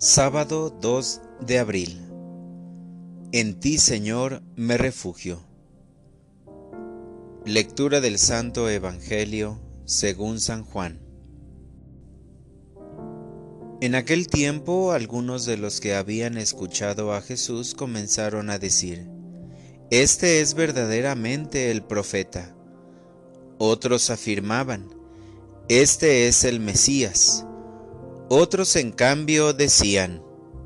Sábado 2 de abril. En ti, Señor, me refugio. Lectura del Santo Evangelio según San Juan. En aquel tiempo, algunos de los que habían escuchado a Jesús comenzaron a decir: «Este es verdaderamente el profeta». Otros afirmaban: «Este es el Mesías». Otros, en cambio, decían: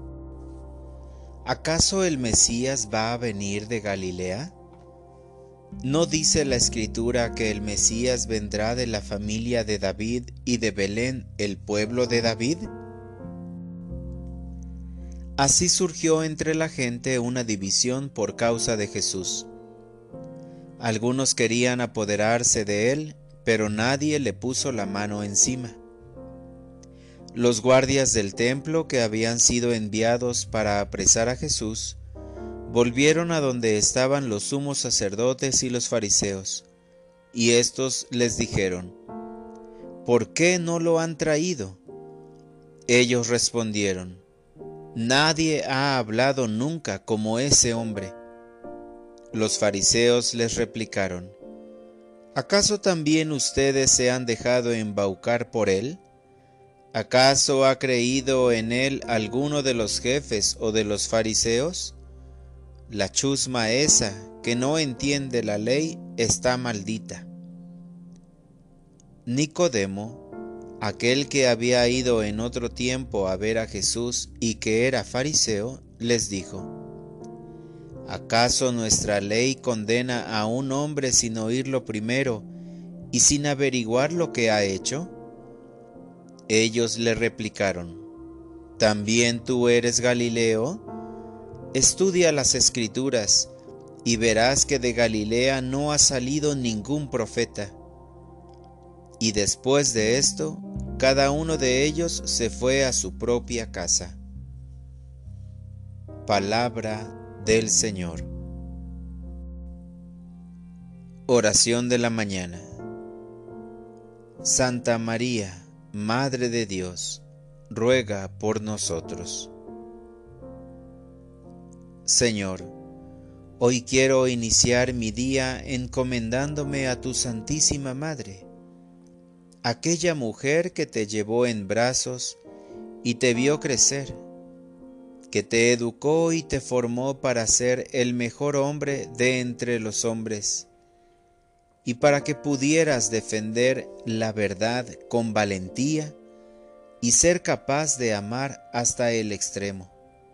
¿acaso el Mesías va a venir de Galilea? ¿No dice la Escritura que el Mesías vendrá de la familia de David y de Belén, el pueblo de David? Así surgió entre la gente una división por causa de Jesús. Algunos querían apoderarse de él, pero nadie le puso la mano encima. Los guardias del templo, que habían sido enviados para apresar a Jesús, volvieron a donde estaban los sumos sacerdotes y los fariseos, y éstos les dijeron: «¿Por qué no lo han traído?». Ellos respondieron: «Nadie ha hablado nunca como ese hombre». Los fariseos les replicaron: «¿Acaso también ustedes se han dejado embaucar por él? ¿Acaso ha creído en él alguno de los jefes o de los fariseos? La chusma esa, que no entiende la ley, está maldita». Nicodemo, aquel que había ido en otro tiempo a ver a Jesús y que era fariseo, les dijo: «¿Acaso nuestra ley condena a un hombre sin oírlo primero y sin averiguar lo que ha hecho?». Ellos le replicaron: «¿También tú eres Galileo? Estudia las Escrituras y verás que de Galilea no ha salido ningún profeta». Y después de esto, cada uno de ellos se fue a su propia casa. Palabra del Señor. Oración de la mañana. Santa María, Madre de Dios, ruega por nosotros. Señor, hoy quiero iniciar mi día encomendándome a tu Santísima Madre, aquella mujer que te llevó en brazos y te vio crecer, que te educó y te formó para ser el mejor hombre de entre los hombres, y para que pudieras defender la verdad con valentía y ser capaz de amar hasta el extremo.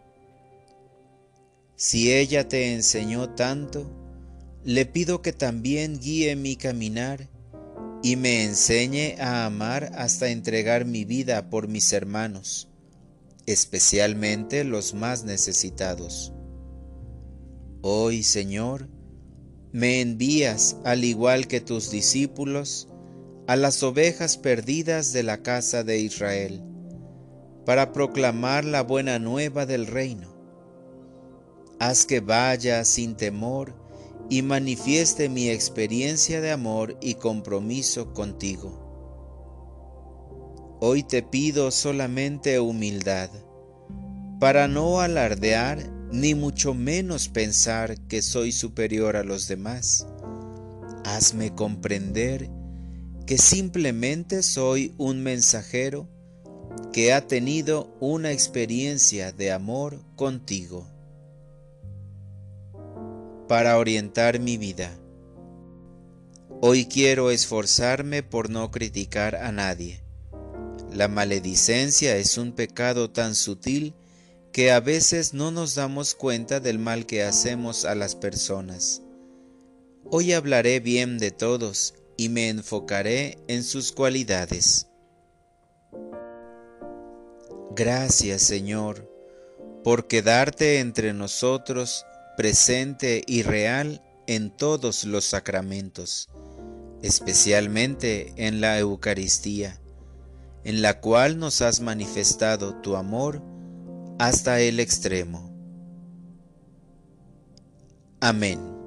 Si ella te enseñó tanto, le pido que también guíe mi caminar y me enseñe a amar hasta entregar mi vida por mis hermanos, especialmente los más necesitados. Hoy, Señor, me envías, al igual que tus discípulos, a las ovejas perdidas de la casa de Israel, para proclamar la buena nueva del reino. Haz que vaya sin temor y manifieste mi experiencia de amor y compromiso contigo. Hoy te pido solamente humildad, para no alardear ni mucho menos pensar que soy superior a los demás. Hazme comprender que simplemente soy un mensajero que ha tenido una experiencia de amor contigo. Para orientar mi vida, hoy quiero esforzarme por no criticar a nadie. La maledicencia es un pecado tan sutil que a veces no nos damos cuenta del mal que hacemos a las personas. Hoy hablaré bien de todos y me enfocaré en sus cualidades. Gracias, Señor, por quedarte entre nosotros, presente y real en todos los sacramentos, especialmente en la Eucaristía, en la cual nos has manifestado tu amor hasta el extremo. Amén.